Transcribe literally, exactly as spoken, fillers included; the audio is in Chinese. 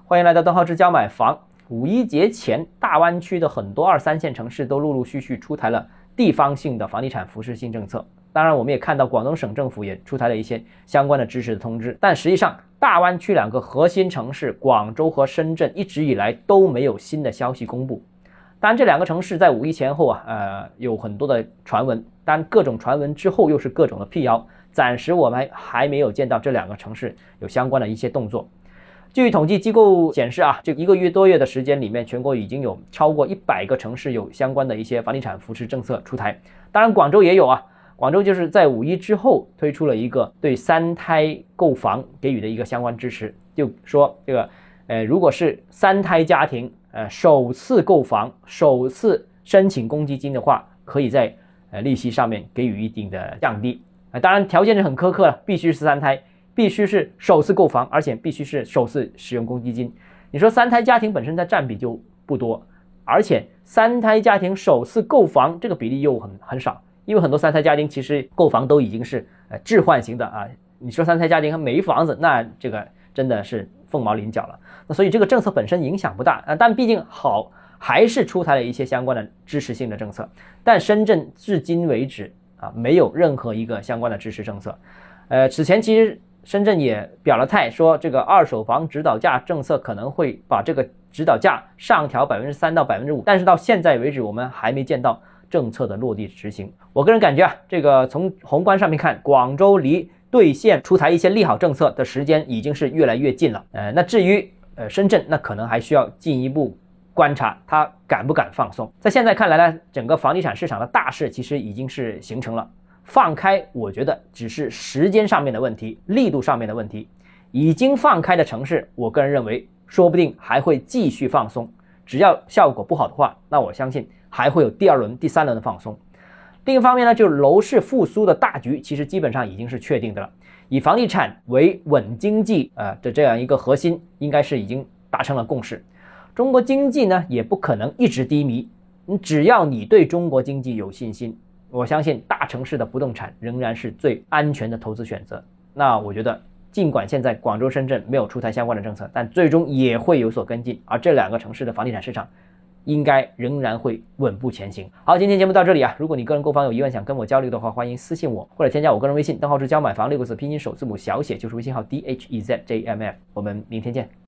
欢迎来到邓浩之教买房。五一节前，大湾区的很多二三线城市都陆陆续续出台了地方性的房地产扶持性政策。当然，我们也看到广东省政府也出台了一些相关的支持的通知。但实际上，大湾区两个核心城市广州和深圳一直以来都没有新的消息公布。当然，这两个城市在五一前后啊，呃，有很多的传闻，但各种传闻之后又是各种的辟谣。暂时我们还没有见到这两个城市有相关的一些动作。据统计机构显示啊，这一个月多月的时间里面，全国已经有超过一百个城市有相关的一些房地产扶持政策出台。当然，广州也有啊，广州就是在五一之后推出了一个对三胎购房给予的一个相关支持，就说这个呃，如果是三胎家庭呃首次购房、首次申请公积金的话，可以在呃利息上面给予一定的降低。当然条件是很苛刻了，必须是三胎，必须是首次购房，而且必须是首次使用公积金。你说三胎家庭本身的占比就不多，而且三胎家庭首次购房这个比例又很很少，因为很多三胎家庭其实购房都已经是呃置换型的啊。你说三胎家庭没房子，那这个真的是凤毛麟角了。那所以这个政策本身影响不大啊，但毕竟好还是出台了一些相关的支持性的政策。但深圳至今为止啊，没有任何一个相关的支持政策。呃，此前其实深圳也表了态，说这个二手房指导价政策可能会把这个指导价上调百分之三到百分之五，但是到现在为止，我们还没见到政策的落地执行。我个人感觉啊，这个从宏观上面看，广州离兑现出台一些利好政策的时间已经是越来越近了。呃，那至于呃深圳，那可能还需要进一步观察他敢不敢放松。在现在看来呢，整个房地产市场的大势其实已经是形成了，放开我觉得只是时间上面的问题，力度上面的问题。已经放开的城市，我个人认为说不定还会继续放松，只要效果不好的话，那我相信还会有第二轮第三轮的放松。另一方面呢，就是楼市复苏的大局其实基本上已经是确定的了，以房地产为稳经济呃的这样一个核心，应该是已经达成了共识。中国经济呢也不可能一直低迷，只要你对中国经济有信心，我相信大城市的不动产仍然是最安全的投资选择。那我觉得尽管现在广州、深圳没有出台相关的政策，但最终也会有所跟进，而这两个城市的房地产市场应该仍然会稳步前行。好，今天节目到这里啊，如果你个人购房有疑问想跟我交流的话，欢迎私信我或者添加我个人微信邓浩之教买房六个字拼音首字母小写就是微信号 D H E Z J M F， 我们明天见。